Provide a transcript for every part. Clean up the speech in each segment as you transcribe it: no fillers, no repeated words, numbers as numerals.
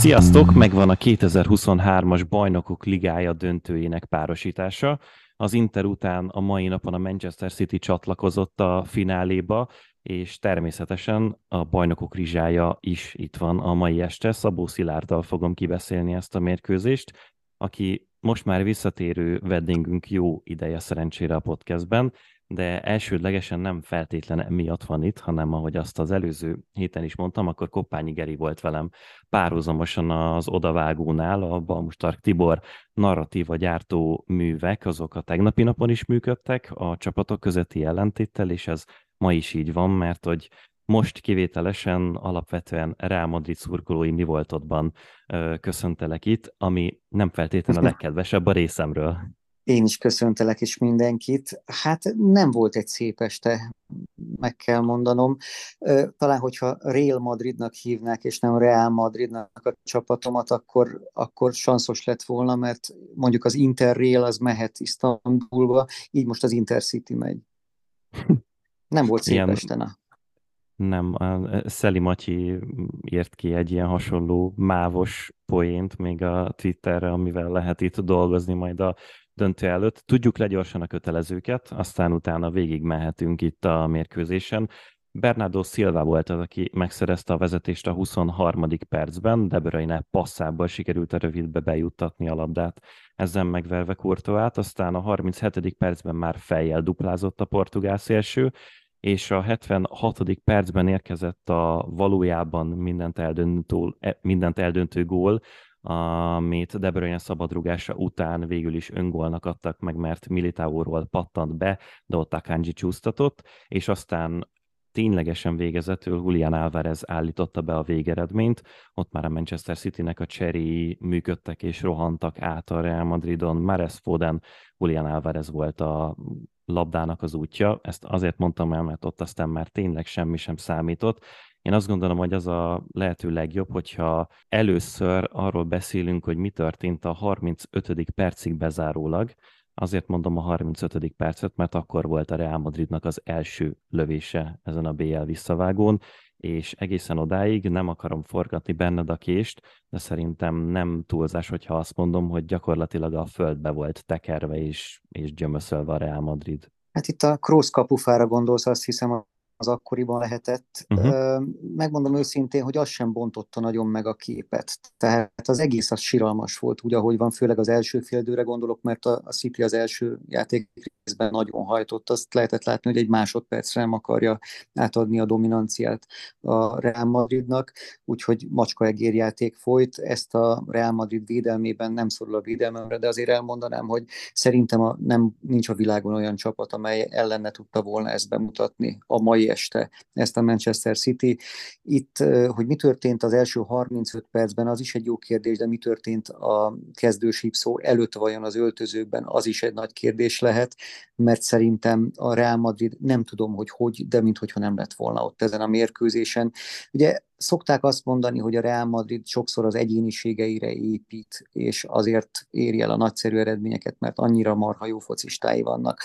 Sziasztok! Megvan a 2023-as Bajnokok Ligája döntőjének párosítása. Az Inter után a mai napon a Manchester City csatlakozott a fináléba, és természetesen a Bajnokok Rizsája is itt van a mai este. Szabó Szilárddal fogom kibeszélni ezt a mérkőzést, aki most már visszatérő vendégünk jó ideje szerencsére a podcastben, de elsődlegesen nem feltétlen emiatt van itt, hanem ahogy azt az előző héten is mondtam, akkor Koppányi Geri volt velem párhuzamosan az Odavágónál, a Balmusz-Tark Tibor narratíva gyártó művek, azok a tegnapi napon is működtek a csapatok közötti ellentéttel, és ez ma is így van, mert hogy most kivételesen alapvetően Real Madrid szurkolói mi voltodban köszöntelek itt, ami nem feltétlenül a legkedvesebb a részemről. Én is köszöntelek is mindenkit. Hát nem volt egy szép este, meg kell mondanom. Talán, hogyha Real Madridnak hívnák, és nem Real Madridnak a csapatomat, akkor sanszos lett volna, mert mondjuk az Interrail az mehet Isztambulba, így most az Intercity megy. Nem volt szép Ilyen este, na. nem, a Szeli Matyi írt ki egy ilyen hasonló mávos poént még a Twitterre, amivel lehet itt dolgozni majd a döntő előtt. Tudjuk le gyorsan a kötelezőket, aztán utána végig mehetünk itt a mérkőzésen. Bernardo Silva volt az, aki megszerezte a vezetést a 23. percben, De Bruyne passzából sikerült a rövidbe bejuttatni a labdát, ezzel megverve Courtois-t, aztán a 37. percben már fejjel duplázott a portugál szélső, és a 76. percben érkezett a valójában mindent eldöntő gól, amit De Bruyne szabadrugása után végül is öngólnak adtak meg, mert Militaóról pattant be, de ott Akanji csúsztatott, és aztán ténylegesen végezetül Julián Álvarez állította be a végeredményt, ott már a Manchester Citynek a cseréi működtek és rohantak át a Real Madridon. Mahrez, Foden, Julián Álvarez volt a labdának az útja. Ezt azért mondtam el, mert ott aztán már tényleg semmi sem számított. Én azt gondolom, hogy az a lehető legjobb, hogyha először arról beszélünk, hogy mi történt a 35. percig bezárólag. Azért mondom a 35. percet, mert akkor volt a Real Madridnak az első lövése ezen a BL visszavágón, és egészen odáig nem akarom forgatni benned a kést, de szerintem nem túlzás, hogyha azt mondom, hogy gyakorlatilag a földbe volt tekerve és gyömöszölve a Real Madrid. Hát itt a Kroos kapufára gondolsz, azt hiszem, az akkoriban lehetett. Uh-huh. Megmondom őszintén, hogy az sem bontotta nagyon meg a képet. Tehát az egész az siralmas volt, úgy, ahogy van, főleg az első féldőre gondolok, mert a City az első játék részben nagyon hajtott. Azt lehetett látni, hogy egy másodpercre nem akarja átadni a dominanciát a Real Madridnak, úgyhogy macskaegérjáték folyt. Ezt a Real Madrid védelmében nem szorul a védelmemre, de azért elmondanám, hogy szerintem nincs a világon olyan csapat, amely ellen ne tudta volna ezt bemutatni a mai este, ezt a Manchester City. Itt, hogy mi történt az első 35 percben, az is egy jó kérdés, de mi történt a kezdős hívszó előtt vajon az öltözőkben, az is egy nagy kérdés lehet, mert szerintem a Real Madrid nem tudom, hogy, de minthogyha nem lett volna ott ezen a mérkőzésen. Ugye szokták azt mondani, hogy a Real Madrid sokszor az egyéniségeire épít, és azért éri el a nagyszerű eredményeket, mert annyira marha jó focistái vannak.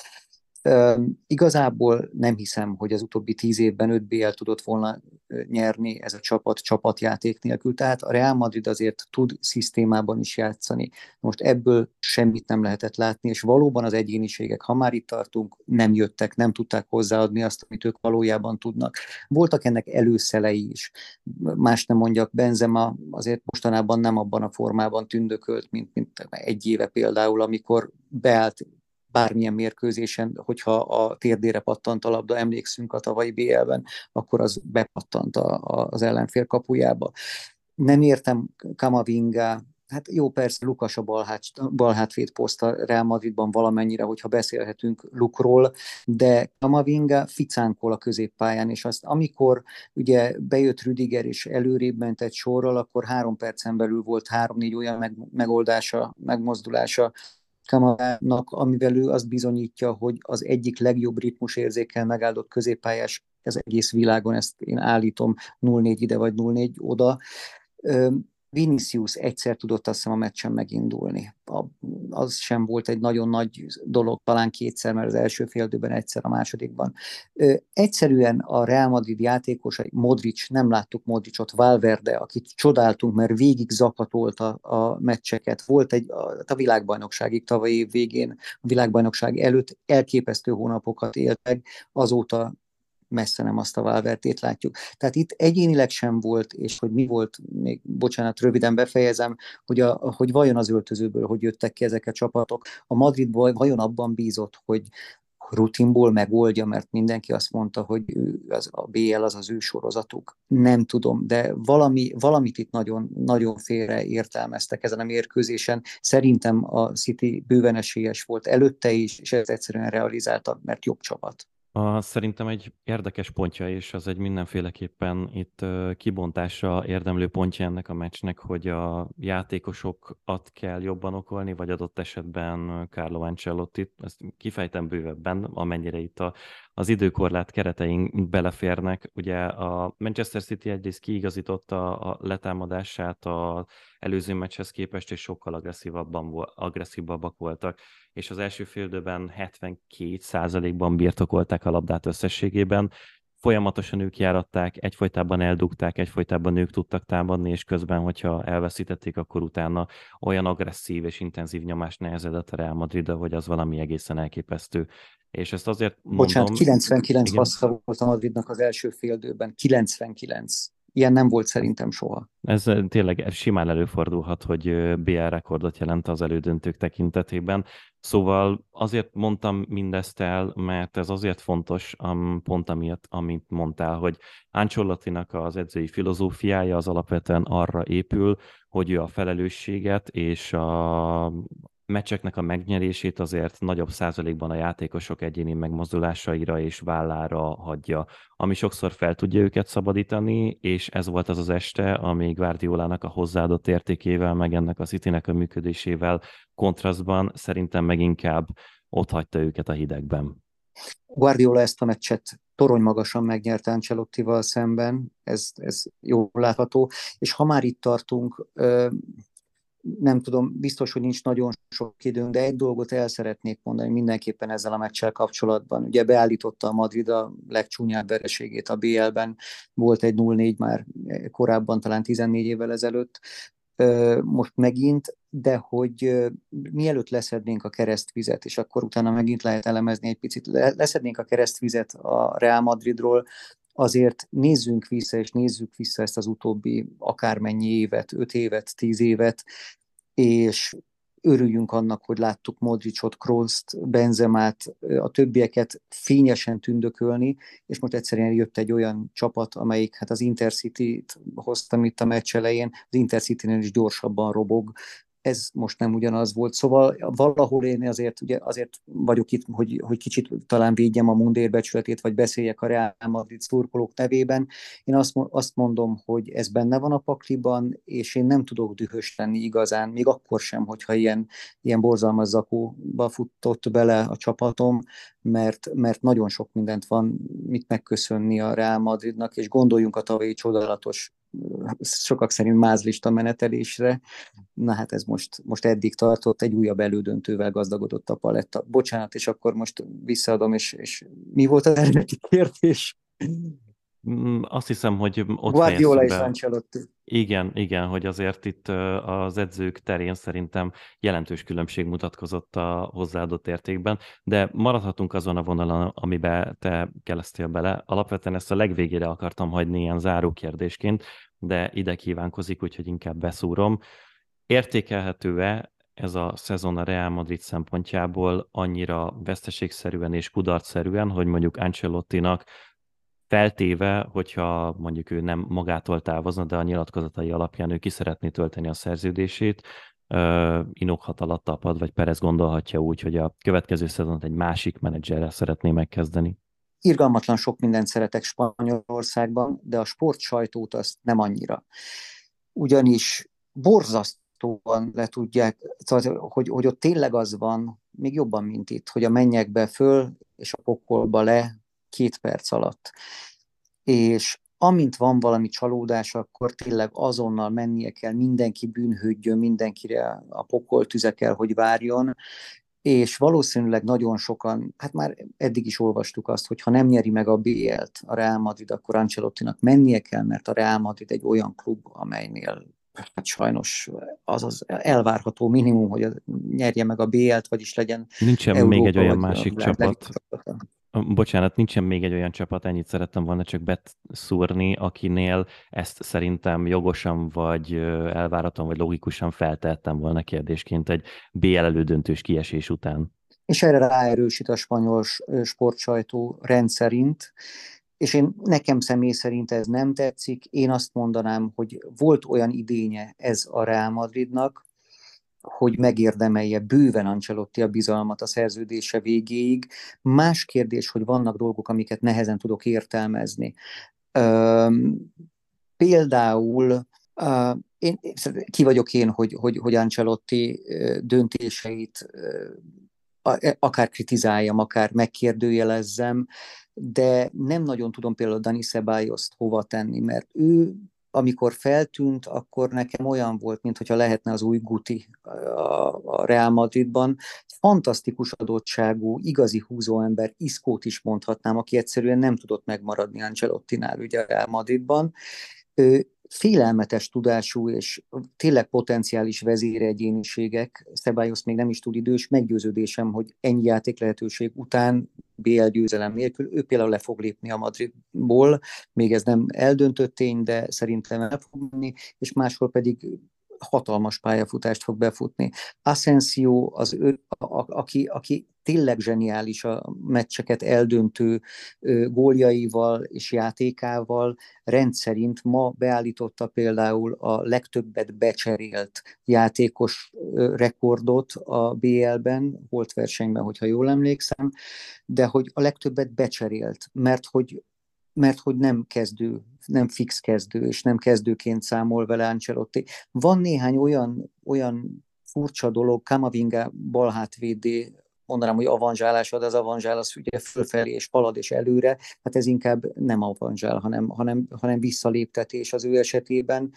Igazából nem hiszem, hogy az utóbbi 10 évben 5 BL tudott volna nyerni ez a csapat csapatjáték nélkül. Tehát a Real Madrid azért tud szisztémában is játszani. Most ebből semmit nem lehetett látni, és valóban az egyéniségek, ha már itt tartunk, nem jöttek, nem tudták hozzáadni azt, amit ők valójában tudnak. Voltak ennek előszelei is. Más nem mondjak, Benzema azért mostanában nem abban a formában tündökölt, mint egy éve például, amikor beállt bármilyen mérkőzésen, hogyha a térdére pattant a labda, emlékszünk a tavalyi BL-ben, akkor az bepattant az ellenfél kapujába. Nem értem Kamavinga, hát jó, persze Lukas a balhátvéd poszt a Real Madridban valamennyire, hogyha beszélhetünk Lukról, de Kamavinga ficánkol a középpályán, és azt amikor ugye bejött Rüdiger és előrébb ment egy sorral, akkor 3 percen belül volt 3-4 olyan megoldása, megmozdulása, Kamarának, amivel ő azt bizonyítja, hogy az egyik legjobb ritmusérzékkel megáldott középpályás az egész világon, ezt én állítom 0-4 ide vagy 0-4 oda. Vinicius egyszer tudott azt hiszem a meccsen megindulni. Az sem volt egy nagyon nagy dolog, talán kétszer, mert az első fél időben egyszer, a másodikban. Egyszerűen a Real Madrid játékosai, Modric, nem láttuk Modricot, Valverde, akit csodáltunk, mert végig zakatolta a meccseket. Volt a világbajnokságig tavaly év végén, a világbajnokság előtt elképesztő hónapokat éltek, azóta messze nem azt a Valvertét látjuk. Tehát itt egyénileg sem volt, és hogy mi volt, még bocsánat, röviden befejezem, hogy vajon az öltözőből, hogy jöttek ki ezek a csapatok. A Madridból vajon abban bízott, hogy rutinból megoldja, mert mindenki azt mondta, hogy a BL az ő sorozatuk. Nem tudom, de valamit itt nagyon, nagyon félre értelmeztek ezen a mérkőzésen. Szerintem a City bőven esélyes volt előtte is, és ez egyszerűen realizálta, mert jobb csapat. Szerintem egy érdekes pontja, és az egy mindenféleképpen itt kibontásra érdemlő pontja ennek a meccsnek, hogy a játékosokat kell jobban okolni, vagy adott esetben Carlo Ancelotti. Ezt kifejtem bővebben, amennyire itt az időkorlát kereteink beleférnek. Ugye a Manchester City egyrészt kiigazította a letámadását az előző meccshez képest, és sokkal agresszívabbak voltak, és az első fél időben 72%-ban birtokolták a labdát összességében. Folyamatosan ők járatták, egyfolytában eldugták, egyfolytában ők tudtak támadni, és közben, hogyha elveszítették, akkor utána olyan agresszív és intenzív nyomást nehezedett a Real Madridra, hogy az valami egészen elképesztő. És ezt azért Bocsánat, mondom, 99 igen, passza volt a Madridnak az első fél időben. 99. Ilyen nem volt szerintem soha. ez tényleg simán előfordulhat, hogy BL rekordot jelent az elődöntők tekintetében. Szóval azért mondtam mindezt el, mert ez azért fontos, pont amiatt, amit mondtál, hogy Ancelottinak az edzői filozófiája az alapvetően arra épül, hogy ő a felelősséget és a meccseknek a megnyerését azért nagyobb százalékban a játékosok egyéni megmozdulásaira és vállára hagyja, ami sokszor fel tudja őket szabadítani, és ez volt az az este, ami Guardiolának a hozzáadott értékével, meg ennek a Citynek a működésével kontrasztban szerintem meg inkább ott hagyta őket a hidegben. Guardiola ezt a meccset torony magasan megnyerte Ancelottival szemben, ez jól látható, és ha már itt tartunk, nem tudom, biztos, hogy nincs nagyon sok időnk, de egy dolgot el szeretnék mondani mindenképpen ezzel a meccsel kapcsolatban. Ugye beállította a Madrid a legcsúnyább vereségét a BL-ben, volt egy 0-4 már korábban, talán 14 évvel ezelőtt, most megint, de hogy mielőtt leszednénk a keresztvizet, és akkor utána megint lehet elemezni egy picit, leszednénk a keresztvizet a Real Madridról, azért nézzünk vissza, és nézzük vissza ezt az utóbbi akármennyi évet, 5 évet, 10 évet, és örüljünk annak, hogy láttuk Modricot, Krosst, Benzemát, a többieket fényesen tündökölni, és most egyszerűen jött egy olyan csapat, amelyik hát az Intercity-t hoztam itt a meccs elején, az Intercity-nél is gyorsabban robog, ez most nem ugyanaz volt. Szóval valahol én azért vagyok itt, hogy kicsit talán védjem a mundér becsületét, vagy beszéljek a Real Madrid szurkolók nevében. Én azt mondom, hogy ez benne van a pakliban, és én nem tudok dühös lenni igazán, még akkor sem, hogyha ilyen borzalmas zakóba futott bele a csapatom, mert nagyon sok mindent van mit megköszönni a Real Madridnak, és gondoljunk a tavalyi csodálatos, sokak szerint mázlista menetelésre. Na hát ez most eddig tartott, egy újabb elődöntővel gazdagodott a paletta. Bocsánat, és akkor most visszaadom, és mi volt az eredeti kérdés? Azt hiszem, hogy ott Guardiola fejeztük és be. Ancelotti. Igen, hogy azért itt az edzők terén szerintem jelentős különbség mutatkozott a hozzáadott értékben, de maradhatunk azon a vonalon, amiben te keleztél bele. Alapvetően ezt a legvégére akartam hagyni ilyen záró kérdésként, de ide kívánkozik, úgyhogy inkább beszúrom. Értékelhető-e ez a szezon a Real Madrid szempontjából annyira veszteségszerűen és kudarcszerűen, hogy mondjuk Ancelottinak feltéve, hogyha mondjuk ő nem magától távozna, de a nyilatkozatai alapján ő ki szeretné tölteni a szerződését, inokhat alatt a pad, vagy Perez gondolhatja úgy, hogy a következő szezont egy másik menedzserrel szeretné megkezdeni. Irgalmatlan sok mindent szeretek Spanyolországban, de a sportsajtót azt nem annyira. Ugyanis borzasztóan le tudják, hogy ott tényleg az van, még jobban, mint itt, hogy a mennyekbe föl és a pokolba le 2 perc alatt. És amint van valami csalódás, akkor tényleg azonnal mennie kell, mindenki bűnhődjön, mindenkire a pokol tüze kell, hogy várjon, és valószínűleg nagyon sokan, hát már eddig is olvastuk azt, hogy ha nem nyeri meg a BL-t a Real Madrid, akkor Ancelottinak mennie kell, mert a Real Madrid egy olyan klub, amelynél hát sajnos az az elvárható minimum, hogy nyerje meg a BL-t, vagyis legyen Nincsen még egy Európa olyan vagy a másik világ legjobb csapat, csapata. bocsánat, nincsen még egy olyan csapat, ennyit szerettem volna csak beszúrni, akinél ezt szerintem jogosan, vagy elváraton, vagy logikusan feltettem volna kérdésként egy BL elődöntős kiesés után. És erre ráerősít a spanyol sportsajtó rendszerint, és nekem személy szerint ez nem tetszik. Én azt mondanám, hogy volt olyan idénye ez a Real Madridnak, hogy megérdemelje bőven Ancelotti a bizalmat a szerződése végéig. Más kérdés, hogy vannak dolgok, amiket nehezen tudok értelmezni. Például ki vagyok én, hogy Ancelotti döntéseit akár kritizáljam, akár megkérdőjelezzem, de nem nagyon tudom például Dani Ceballost hova tenni, mert ő amikor feltűnt, akkor nekem olyan volt, mintha lehetne az új Guti a Real Madridban. Fantasztikus adottságú, igazi húzóember, Iszkót is mondhatnám, aki egyszerűen nem tudott megmaradni Ancelottinál ugye a Real Madridban. Félelmetes tudású és tényleg potenciális vezéregyéniségek, Ceballos még nem is túl idős, meggyőződésem, hogy ennyi játék lehetőség után BL győzelem nélkül ő például le fog lépni a Madridból, még ez nem eldöntött tény, de szerintem el fog menni, és máshol pedig hatalmas pályafutást fog befutni. Asensio, aki tényleg zseniális a meccseket eldöntő góljaival és játékával, rendszerint ma beállította például a legtöbbet becserélt játékos rekordot a BL-ben, volt versenyben, hogyha jól emlékszem, de hogy a legtöbbet becserélt, mert hogy nem kezdő, nem fix kezdő, és nem kezdőként számol vele Ancelotti. Van néhány olyan furcsa dolog, Camavinga balhátvédé, mondanám, hogy avanzsálásod, de az avanzsál az ugye fölfelé és halad és előre, hát ez inkább nem avanzsál, hanem visszaléptetés az ő esetében.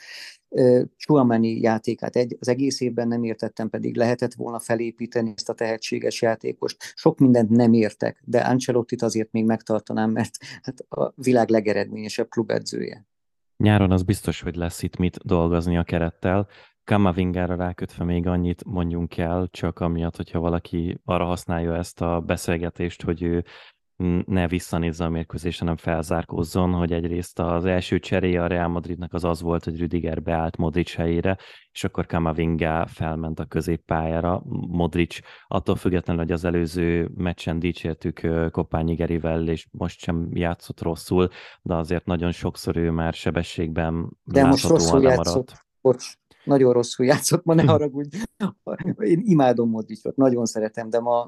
Tchouaméni játékát az egész évben nem értettem, pedig lehetett volna felépíteni ezt a tehetséges játékost. Sok mindent nem értek, de Ancelottit azért még megtartanám, mert hát a világ legeredményesebb klubedzője. Nyáron az biztos, hogy lesz itt mit dolgozni a kerettel. Kamavingára rákötve még annyit mondjunk el, csak amiatt, hogyha valaki arra használja ezt a beszélgetést, hogy ő ne visszanézze a mérkőzést, hanem felzárkózzon, hogy egyrészt az első cseréje a Real Madridnak az volt, hogy Rüdiger beállt Modric helyére, és akkor Camavinga felment a középpályára. Modric attól függetlenül, hogy az előző meccsen dicsértük Koppányi Gerivel, és most sem játszott rosszul, de azért nagyon sokszor ő már sebességben De most láthatóan rosszul lemaradt. játszott, bocs, nagyon rosszul játszott, ma ne haragudj. Én imádom Modricot, nagyon szeretem, de ma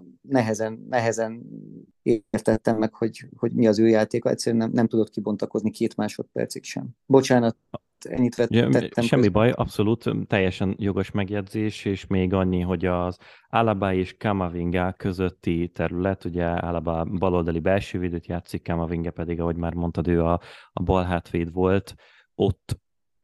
nehezen értettem meg, hogy mi az ő játéka. Egyszerűen nem tudott kibontakozni 2 másodpercig sem. Bocsánat, ennyit tettem Semmi közben. baj, abszolút teljesen jogos megjegyzés, és még annyi, hogy az Alaba és Camavinga közötti terület, ugye Alaba baloldali belsővédőt játszik, Camavinga pedig, ahogy már mondtad, ő a bal hátvéd volt, ott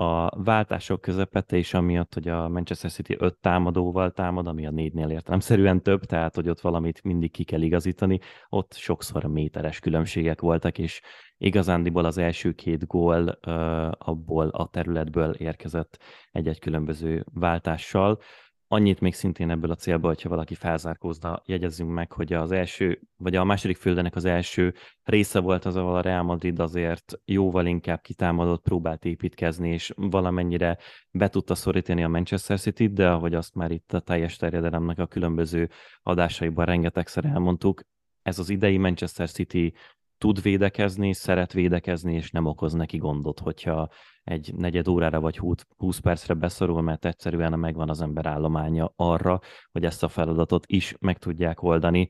a váltások közepette, és amiatt, hogy a Manchester City 5 támadóval támad, ami a 4-nél értelemszerűen több, tehát hogy ott valamit mindig ki kell igazítani, ott sokszor méteres különbségek voltak, és igazándiból az első 2 gól abból a területből érkezett egy-egy különböző váltással. Annyit még szintén ebből a célból, hogyha valaki felzárkózna, jegyezzünk meg, hogy az első, vagy a második félidőnek az első része volt az, ahol a Real Madrid azért jóval inkább kitámadott, próbált építkezni, és valamennyire be tudta szorítani a Manchester City-t, de ahogy azt már itt a teljes terjedelemnek a különböző adásaiban rengetegszer elmondtuk, ez az idei Manchester City tud védekezni, szeret védekezni, és nem okoz neki gondot, hogyha egy negyed órára vagy 20 percre beszorul, mert egyszerűen megvan az ember állománya arra, hogy ezt a feladatot is meg tudják oldani.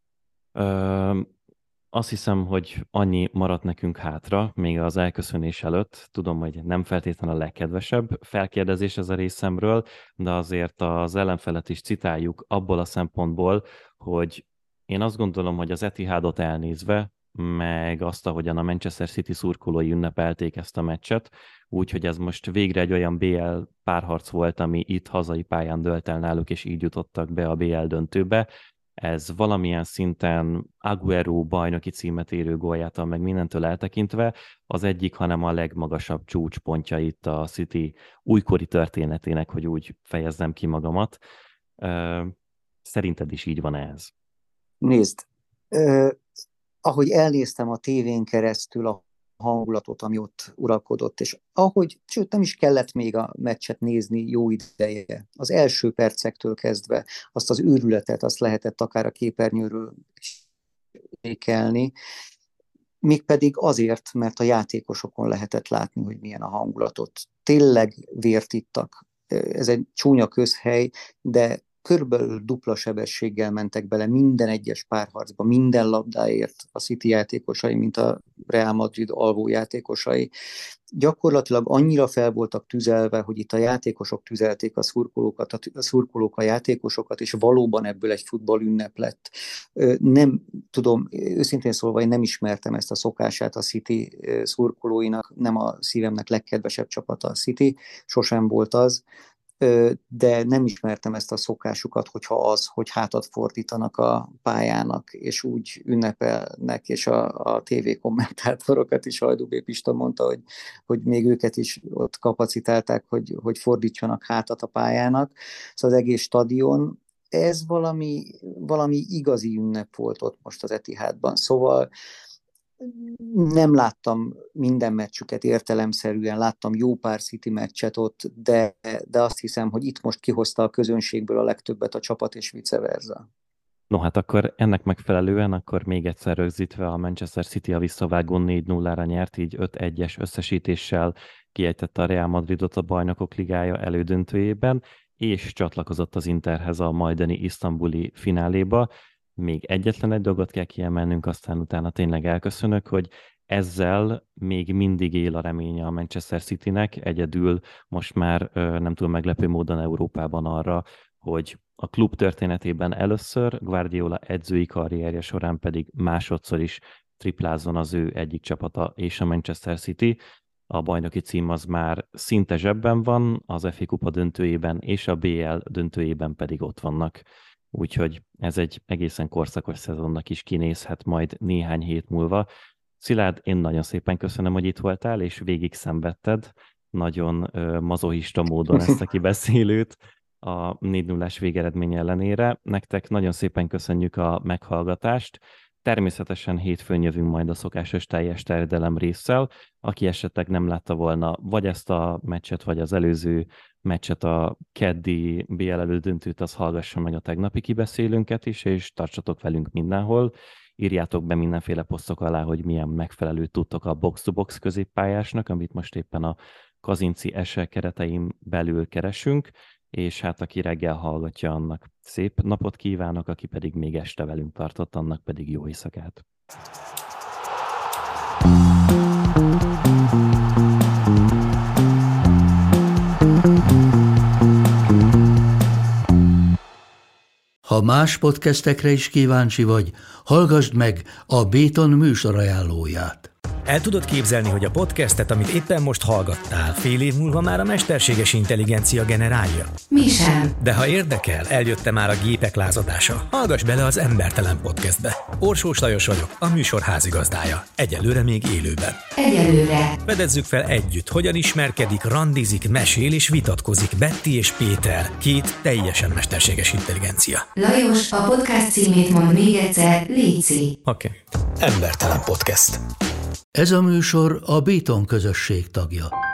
Azt hiszem, hogy annyi maradt nekünk hátra, még az elköszönés előtt. Tudom, hogy nem feltétlenül a legkedvesebb felkérdezés ez a részemről, de azért az ellenfelet is citáljuk abból a szempontból, hogy én azt gondolom, hogy az Etihadot elnézve meg azt, ahogyan a Manchester City szurkolói ünnepelték ezt a meccset, úgyhogy ez most végre egy olyan BL párharc volt, ami itt hazai pályán dölt el náluk, és így jutottak be a BL döntőbe. Ez valamilyen szinten Agüero bajnoki címet érő góljától, meg mindentől eltekintve az egyik, hanem a legmagasabb csúcspontja itt a City újkori történetének, hogy úgy fejezzem ki magamat. Szerinted is így van ez? Nézd, ahogy elnéztem a tévén keresztül a hangulatot, ami ott uralkodott, és sőt nem is kellett még a meccset nézni jó ideje. Az első percektől kezdve azt az őrületet, azt lehetett akár a képernyőről ékelni, mégpedig azért, mert a játékosokon lehetett látni, hogy milyen a hangulatot. Tényleg vért ittak. Ez egy csúnya közhely, de körülbelül dupla sebességgel mentek bele minden egyes párharcba, minden labdáért a City játékosai, mint a Real Madrid alvó játékosai. Gyakorlatilag annyira fel voltak tüzelve, hogy itt a játékosok tüzelték a szurkolók a játékosokat, és valóban ebből egy futballünnep lett. Nem tudom, őszintén szólva, én nem ismertem ezt a szokását a City szurkolóinak, nem a szívemnek legkedvesebb csapata a City, sosem volt az, de nem ismertem ezt a szokásukat, hogy hátat fordítanak a pályának, és úgy ünnepelnek, és a TV kommentátorokat is Hajdú B. Pista mondta, hogy még őket is ott kapacitálták, hogy fordítsanak hátat a pályának. Szóval az egész stadion, ez valami igazi ünnep volt ott most az Etihadban. Szóval nem láttam minden meccsüket értelemszerűen, láttam jó pár City meccset ott, de azt hiszem, hogy itt most kihozta a közönségből a legtöbbet a csapat, és vice versa. No hát akkor ennek megfelelően, akkor még egyszer rögzítve a Manchester City a visszavágón 4-0-ra nyert, így 5-1-es összesítéssel kiejtette a Real Madridot a Bajnokok Ligája elődöntőjében, és csatlakozott az Interhez a majdani isztambuli fináléba. Még egyetlen egy dolgot kell kiemelnünk, aztán utána tényleg elköszönök, hogy ezzel még mindig él a reménye a Manchester Citynek, egyedül most már nem túl meglepő módon Európában arra, hogy a klub történetében először, Guardiola edzői karrierje során pedig másodszor is triplázzon az ő egyik csapata és a Manchester City. A bajnoki cím az már szinte zsebben van, az FA Kupa döntőjében és a BL döntőjében pedig ott vannak. Úgyhogy ez egy egészen korszakos szezonnak is kinézhet majd néhány hét múlva. Szilárd, én nagyon szépen köszönöm, hogy itt voltál, és végig szenvedted nagyon mazochista módon ezt a kibeszélőt a 4-0-ás végeredmény ellenére. Nektek nagyon szépen köszönjük a meghallgatást. Természetesen hétfőn jövünk majd a szokásos teljes terjedelem résszel. Aki esetleg nem látta volna vagy ezt a meccset, vagy az előző meccset, a keddi BL elődöntőt, az hallgassa meg a tegnapi kibeszélőnket is, és tartsatok velünk mindenhol. Írjátok be mindenféle posztok alá, hogy milyen megfelelő tudtok a box-to-box középpályásnak, amit most éppen a Kazinci SL keretein belül keresünk, és hát aki reggel hallgatja, annak szép napot kívánok, aki pedig még este velünk tartott, annak pedig jó éjszakát. Ha más podcastekre is kíváncsi vagy, hallgassd meg a Béton műsor ajánlóját. El tudod képzelni, hogy a podcastet, amit éppen most hallgattál, fél év múlva már a mesterséges intelligencia generálja? Mi sem. De ha érdekel, eljött már a gépek lázadása. Hallgass bele az Embertelen Podcastbe. Orsós Lajos vagyok, a műsor házigazdája. Egyelőre még élőben. Egyelőre. Fedezzük fel együtt, hogyan ismerkedik, randizik, mesél és vitatkozik Betty és Péter, két teljesen mesterséges intelligencia. Lajos, a podcast címét mond még egyszer, léci. Oké. Embertelen Podcast. Ez a műsor a Béton közösség tagja.